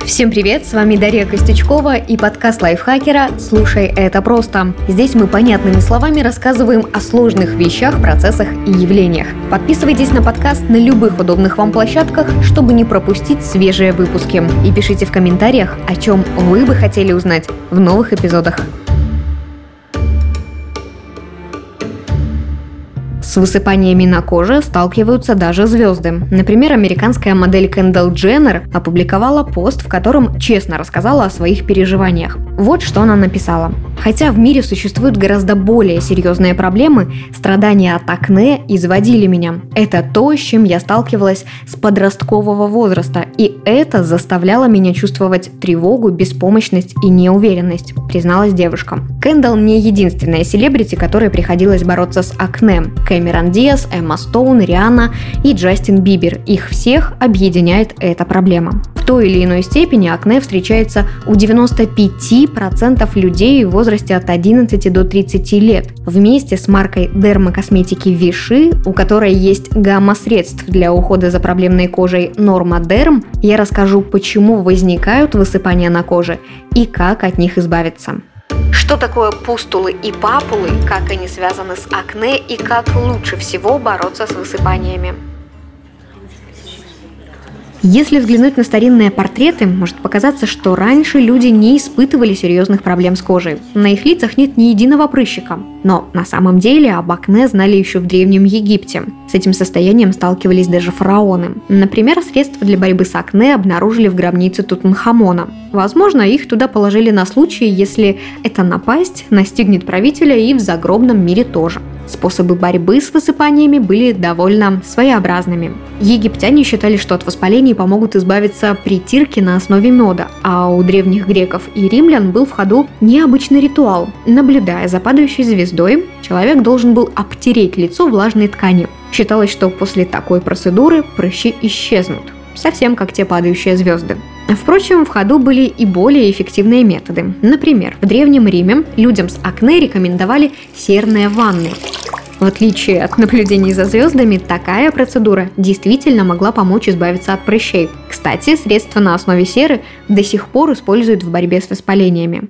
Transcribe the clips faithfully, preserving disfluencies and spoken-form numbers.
Всем привет, с вами Дарья Костючкова и подкаст лайфхакера «Слушай, это просто». Здесь мы понятными словами рассказываем о сложных вещах, процессах и явлениях. Подписывайтесь на подкаст на любых удобных вам площадках, чтобы не пропустить свежие выпуски. И пишите в комментариях, о чем вы бы хотели узнать в новых эпизодах. С высыпаниями на коже сталкиваются даже звезды. Например, американская модель Кендалл Дженнер опубликовала пост, в котором честно рассказала о своих переживаниях. Вот что она написала. Хотя в мире существуют гораздо более серьезные проблемы, страдания от акне изводили меня. Это то, с чем я сталкивалась с подросткового возраста, и это заставляло меня чувствовать тревогу, беспомощность и неуверенность, призналась девушка. Кендалл не единственная селебрити, которой приходилось бороться с акне. Кэмерон Диаз, Эмма Стоун, Риhanna и Джастин Бибер. Их всех объединяет эта проблема. В той или иной степени акне встречается у девяноста пяти процентов людей в возрасте от одиннадцати до тридцати лет. Вместе с маркой дермокосметики Vichy, у которой есть гамма средств для ухода за проблемной кожей Нормадерм, я расскажу, почему возникают высыпания на коже и как от них избавиться. Что такое пустулы и папулы, как они связаны с акне и как лучше всего бороться с высыпаниями. Если взглянуть на старинные портреты, может показаться, что раньше люди не испытывали серьезных проблем с кожей. На их лицах нет ни единого прыщика. Но на самом деле об акне знали еще в Древнем Египте. С этим состоянием сталкивались даже фараоны. Например, средства для борьбы с акне обнаружили в гробнице Тутанхамона. Возможно, их туда положили на случай, если эта напасть настигнет правителя и в загробном мире тоже. Способы борьбы с высыпаниями были довольно своеобразными. Египтяне считали, что от воспалений помогут избавиться притирки на основе меда, а у древних греков и римлян был в ходу необычный ритуал. Наблюдая за падающей звездой, человек должен был обтереть лицо влажной тканью. Считалось, что после такой процедуры прыщи исчезнут, совсем как те падающие звезды. Впрочем, в ходу были и более эффективные методы. Например, в Древнем Риме людям с акне рекомендовали серные ванны. В отличие от наблюдений за звездами, такая процедура действительно могла помочь избавиться от прыщей. Кстати, средства на основе серы до сих пор используют в борьбе с воспалениями.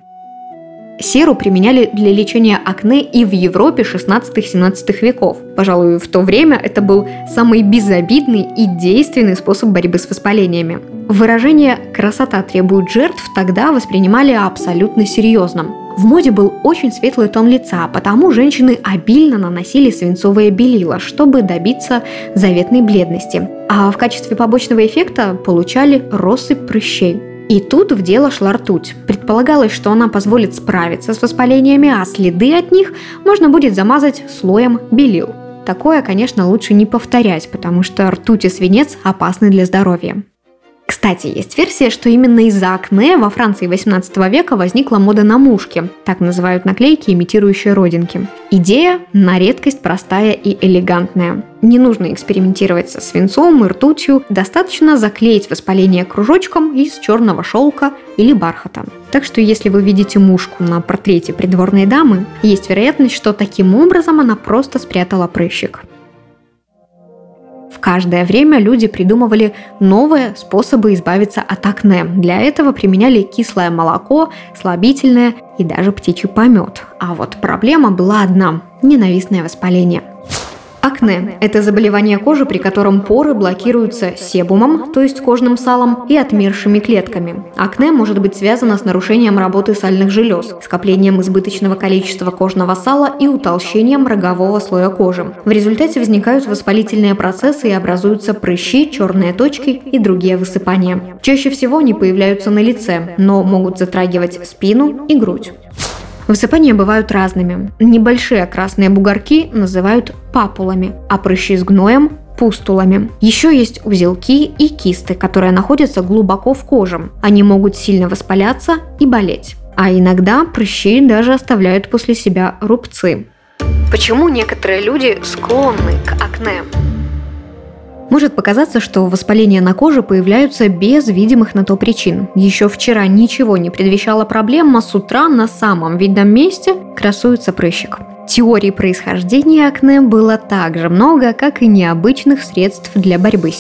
Серу применяли для лечения акне и в Европе шестнадцатого-семнадцатого веков. Пожалуй, в то время это был самый безобидный и действенный способ борьбы с воспалениями. Выражение «красота требует жертв» тогда воспринимали абсолютно серьезно. В моде был очень светлый тон лица, потому женщины обильно наносили свинцовое белило, чтобы добиться заветной бледности. А в качестве побочного эффекта получали россыпь прыщей. И тут в дело шла ртуть. Предполагалось, что она позволит справиться с воспалениями, а следы от них можно будет замазать слоем белил. Такое, конечно, лучше не повторять, потому что ртуть и свинец опасны для здоровья. Кстати, есть версия, что именно из-за акне во Франции восемнадцатого века возникла мода на мушки, так называют наклейки, имитирующие родинки. Идея на редкость простая и элегантная. Не нужно экспериментировать со свинцом и ртутью, достаточно заклеить воспаление кружочком из черного шелка или бархата. Так что если вы видите мушку на портрете придворной дамы, есть вероятность, что таким образом она просто спрятала прыщик. В каждое время люди придумывали новые способы избавиться от акне. Для этого применяли кислое молоко, слабительное и даже птичий помет. А вот проблема была одна – ненавистное воспаление. Акне – это заболевание кожи, при котором поры блокируются себумом, то есть кожным салом, и отмершими клетками. Акне может быть связано с нарушением работы сальных желез, скоплением избыточного количества кожного сала и утолщением рогового слоя кожи. В результате возникают воспалительные процессы и образуются прыщи, черные точки и другие высыпания. Чаще всего они появляются на лице, но могут затрагивать спину и грудь. Высыпания бывают разными. Небольшие красные бугорки называют папулами, а прыщи с гноем – пустулами. Еще есть узелки и кисты, которые находятся глубоко в коже. Они могут сильно воспаляться и болеть. А иногда прыщи даже оставляют после себя рубцы. Почему некоторые люди склонны к акне? Может показаться, что воспаления на коже появляются без видимых на то причин. Еще вчера ничего не предвещало проблем, а с утра на самом видном месте красуется прыщик. Теорий происхождения акне было так же много, как и необычных средств для борьбы с ним.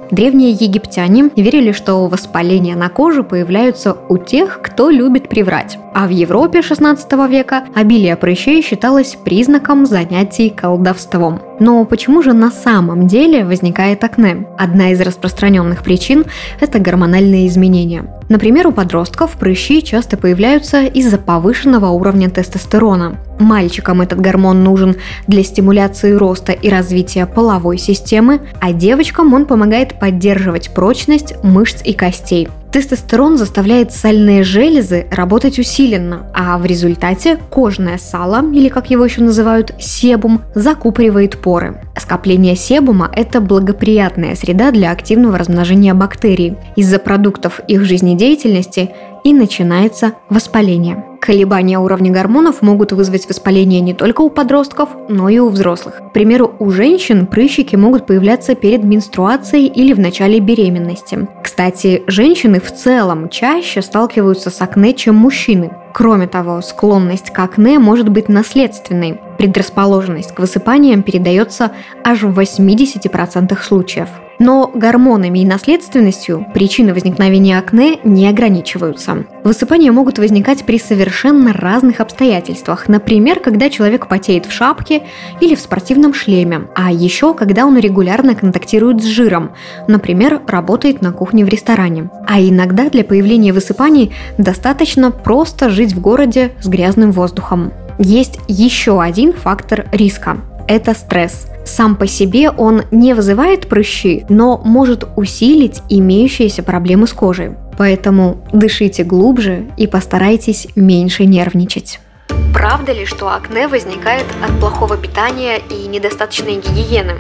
Древние египтяне верили, что воспаления на коже появляются у тех, кто любит приврать. А в Европе шестнадцатого века обилие прыщей считалось признаком занятий колдовством. Но почему же на самом деле возникает акне? Одна из распространенных причин – это гормональные изменения. Например, у подростков прыщи часто появляются из-за повышенного уровня тестостерона. Мальчикам этот гормон нужен для стимуляции роста и развития половой системы, а девочкам он помогает поддерживать прочность мышц и костей. Тестостерон заставляет сальные железы работать усиленно, а в результате кожное сало, или как его еще называют, себум, закупоривает поры. Скопление себума – это благоприятная среда для активного размножения бактерий. Из-за продуктов их жизнедеятельности и начинается воспаление. Колебания уровня гормонов могут вызвать воспаление не только у подростков, но и у взрослых. К примеру, у женщин прыщики могут появляться перед менструацией или в начале беременности. Кстати, женщины в целом чаще сталкиваются с акне, чем мужчины. Кроме того, склонность к акне может быть наследственной. Предрасположенность к высыпаниям передается аж в восемьдесят процентов случаев. Но гормонами и наследственностью причины возникновения акне не ограничиваются. Высыпания могут возникать при совершенно разных обстоятельствах. Например, когда человек потеет в шапке или в спортивном шлеме, а еще когда он регулярно контактирует с жиром, например, работает на кухне в ресторане. А иногда для появления высыпаний достаточно просто жить в городе с грязным воздухом. Есть еще один фактор риска – это стресс. Сам по себе он не вызывает прыщи, но может усилить имеющиеся проблемы с кожей. Поэтому дышите глубже и постарайтесь меньше нервничать. Правда ли, что акне возникает от плохого питания и недостаточной гигиены?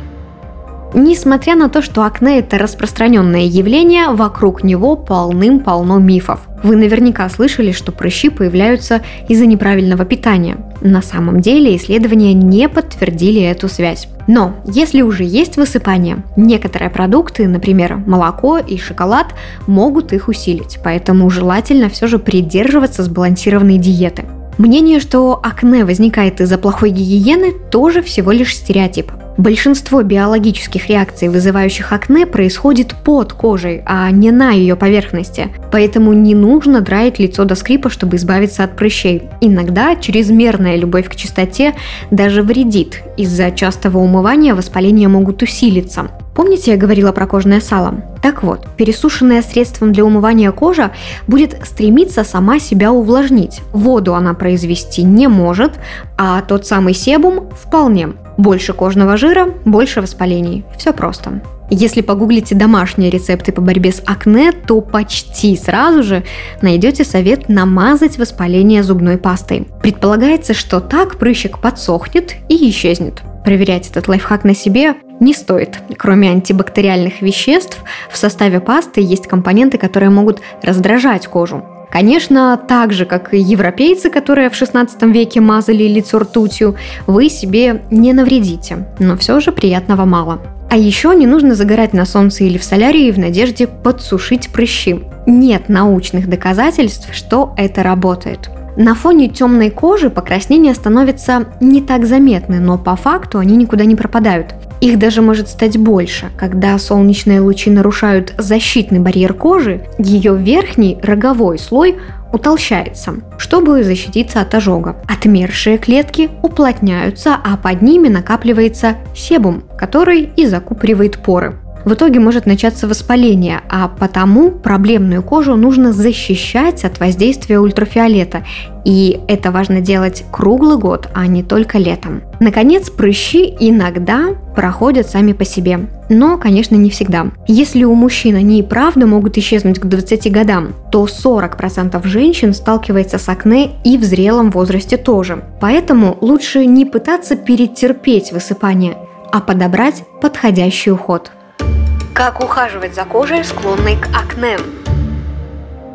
Несмотря на то, что акне – это распространенное явление, вокруг него полным-полно мифов. Вы наверняка слышали, что прыщи появляются из-за неправильного питания. На самом деле исследования не подтвердили эту связь. Но если уже есть высыпание, некоторые продукты, например, молоко и шоколад, могут их усилить, поэтому желательно все же придерживаться сбалансированной диеты. Мнение, что акне возникает из-за плохой гигиены, тоже всего лишь стереотип. Большинство биологических реакций, вызывающих акне, происходит под кожей, а не на ее поверхности. Поэтому не нужно драить лицо до скрипа, чтобы избавиться от прыщей. Иногда чрезмерная любовь к чистоте даже вредит. Из-за частого умывания воспаления могут усилиться. Помните, я говорила про кожное сало? Так вот, пересушенная средством для умывания кожа будет стремиться сама себя увлажнить. Воду она произвести не может, а тот самый себум вполне. Больше кожного жира, больше воспалений. Все просто. Если погуглите домашние рецепты по борьбе с акне, то почти сразу же найдете совет намазать воспаление зубной пастой. Предполагается, что так прыщик подсохнет и исчезнет. Проверять этот лайфхак на себе не стоит. Кроме антибактериальных веществ, в составе пасты есть компоненты, которые могут раздражать кожу. Конечно, так же, как и европейцы, которые в шестнадцатом веке мазали лицо ртутью, вы себе не навредите, но все же приятного мало. А еще не нужно загорать на солнце или в солярии в надежде подсушить прыщи. Нет научных доказательств, что это работает. На фоне темной кожи покраснения становятся не так заметны, но по факту они никуда не пропадают. Их даже может стать больше. Когда солнечные лучи нарушают защитный барьер кожи, ее верхний роговой слой утолщается, чтобы защититься от ожога. Отмершие клетки уплотняются, а под ними накапливается себум, который и закупоривает поры. В итоге может начаться воспаление, а потому проблемную кожу нужно защищать от воздействия ультрафиолета. И это важно делать круглый год, а не только летом. Наконец, прыщи иногда проходят сами по себе. Но, конечно, не всегда. Если у мужчин они и правда могут исчезнуть к двадцати годам, то сорок процентов женщин сталкивается с акне и в зрелом возрасте тоже. Поэтому лучше не пытаться перетерпеть высыпание, а подобрать подходящий уход. Как ухаживать за кожей, склонной к акне?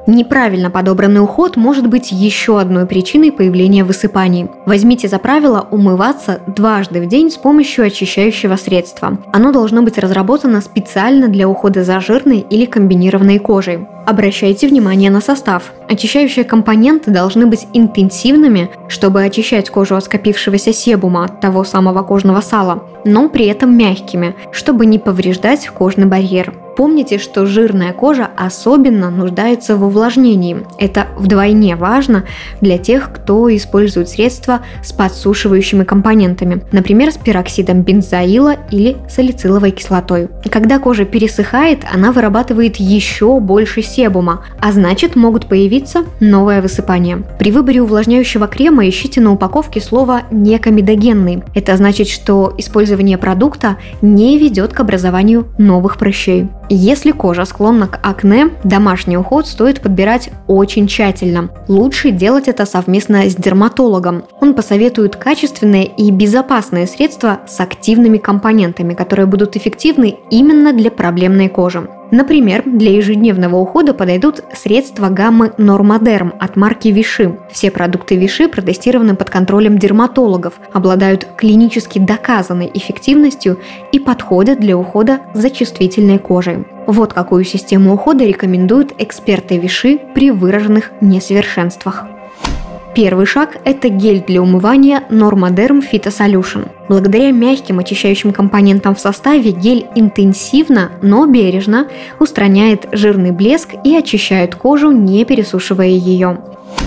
Неправильно подобранный уход может быть еще одной причиной появления высыпаний. Возьмите за правило умываться дважды в день с помощью очищающего средства. Оно должно быть разработано специально для ухода за жирной или комбинированной кожей. Обращайте внимание на состав. Очищающие компоненты должны быть интенсивными, чтобы очищать кожу от скопившегося себума, того самого кожного сала, но при этом мягкими, чтобы не повреждать кожный барьер. Помните, что жирная кожа особенно нуждается в увлажнении. Это вдвойне важно для тех, кто использует средства с подсушивающими компонентами, например, с пероксидом бензоила или салициловой кислотой. Когда кожа пересыхает, она вырабатывает еще больше себума, а значит, могут появиться новые высыпания. При выборе увлажняющего крема ищите на упаковке слово «некомедогенный». Это значит, что использование продукта не ведет к образованию новых прыщей. Если кожа склонна к акне, домашний уход стоит подбирать очень тщательно. Лучше делать это совместно с дерматологом. Он посоветует качественные и безопасные средства с активными компонентами, которые будут эффективны именно для проблемной кожи. Например, для ежедневного ухода подойдут средства гаммы Нормадерм от марки Vichy. Все продукты Vichy протестированы под контролем дерматологов, обладают клинически доказанной эффективностью и подходят для ухода за чувствительной кожей. Вот какую систему ухода рекомендуют эксперты Vichy при выраженных несовершенствах. Первый шаг – это гель для умывания Normaderm Phyto Solution. Благодаря мягким очищающим компонентам в составе гель интенсивно, но бережно устраняет жирный блеск и очищает кожу, не пересушивая ее.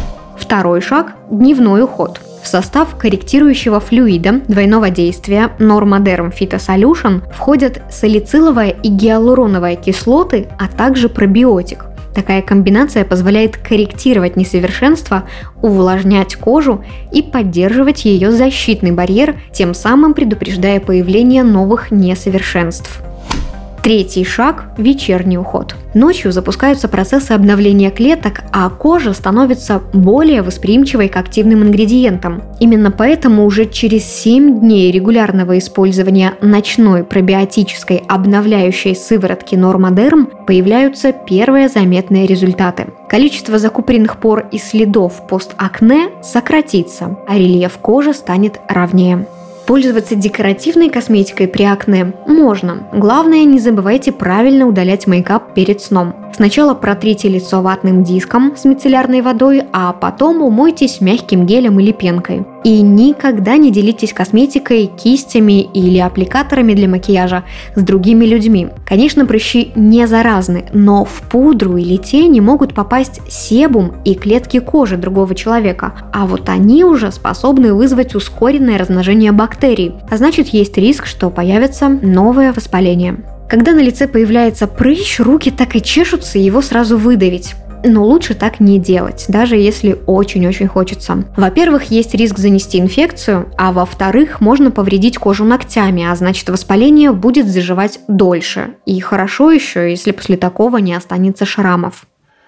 Второй шаг – дневной уход. В состав корректирующего флюида двойного действия Normaderm Phyto Solution входят салициловая и гиалуроновая кислоты, а также пробиотик. Такая комбинация позволяет корректировать несовершенства, увлажнять кожу и поддерживать ее защитный барьер, тем самым предупреждая появление новых несовершенств. Третий шаг – вечерний уход. Ночью запускаются процессы обновления клеток, а кожа становится более восприимчивой к активным ингредиентам. Именно поэтому уже через семь дней регулярного использования ночной пробиотической обновляющей сыворотки Normaderm появляются первые заметные результаты. Количество закупоренных пор и следов постакне сократится, а рельеф кожи станет ровнее. Пользоваться декоративной косметикой при акне можно. Главное, не забывайте правильно удалять мейкап перед сном. Сначала протрите лицо ватным диском с мицеллярной водой, а потом умойтесь мягким гелем или пенкой. И никогда не делитесь косметикой, кистями или аппликаторами для макияжа с другими людьми. Конечно, прыщи не заразны, но в пудру или тени могут попасть себум и клетки кожи другого человека, а вот они уже способны вызвать ускоренное размножение бактерий, а значит, есть риск, что появится новое воспаление. Когда на лице появляется прыщ, руки так и чешутся его сразу выдавить. Но лучше так не делать, даже если очень-очень хочется. Во-первых, есть риск занести инфекцию, а во-вторых, можно повредить кожу ногтями, а значит, воспаление будет заживать дольше. И хорошо еще, если после такого не останется шрамов.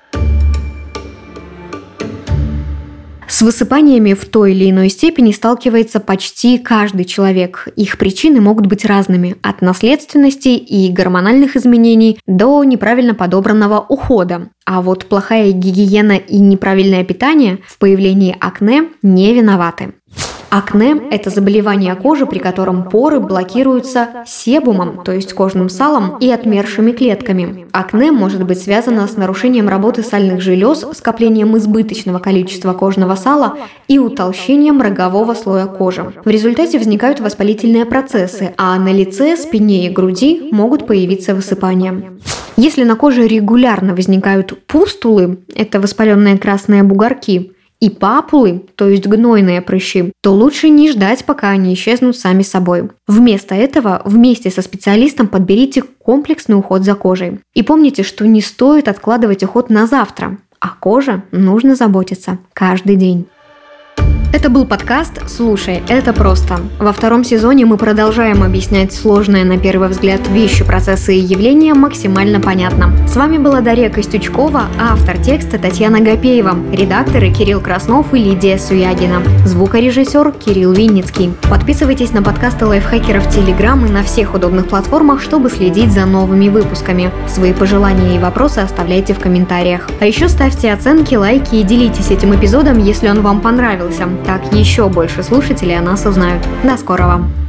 С высыпаниями в той или иной степени сталкивается почти каждый человек. Их причины могут быть разными, от наследственности и гормональных изменений до неправильно подобранного ухода. А вот плохая гигиена и неправильное питание в появлении акне не виноваты. Акне – это заболевание кожи, при котором поры блокируются себумом, то есть кожным салом, и отмершими клетками. Акне может быть связано с нарушением работы сальных желез, скоплением избыточного количества кожного сала и утолщением рогового слоя кожи. В результате возникают воспалительные процессы, а на лице, спине и груди могут появиться высыпания. Если на коже регулярно возникают пустулы – это воспаленные красные бугорки, и папулы, то есть гнойные прыщи, то лучше не ждать, пока они исчезнут сами собой. Вместо этого вместе со специалистом подберите комплексный уход за кожей. И помните, что не стоит откладывать уход на завтра, о коже нужно заботиться каждый день. Это был подкаст «Слушай, это просто». Во втором сезоне мы продолжаем объяснять сложные, на первый взгляд, вещи, процессы и явления максимально понятно. С вами была Дарья Костючкова, автор текста Татьяна Гапеева, редакторы Кирилл Краснов и Лидия Суягина, звукорежиссер Кирилл Винницкий. Подписывайтесь на подкасты лайфхакеров Телеграм и на всех удобных платформах, чтобы следить за новыми выпусками. Свои пожелания и вопросы оставляйте в комментариях. А еще ставьте оценки, лайки и делитесь этим эпизодом, если он вам понравился. Так еще больше слушателей о нас узнают. До скорого!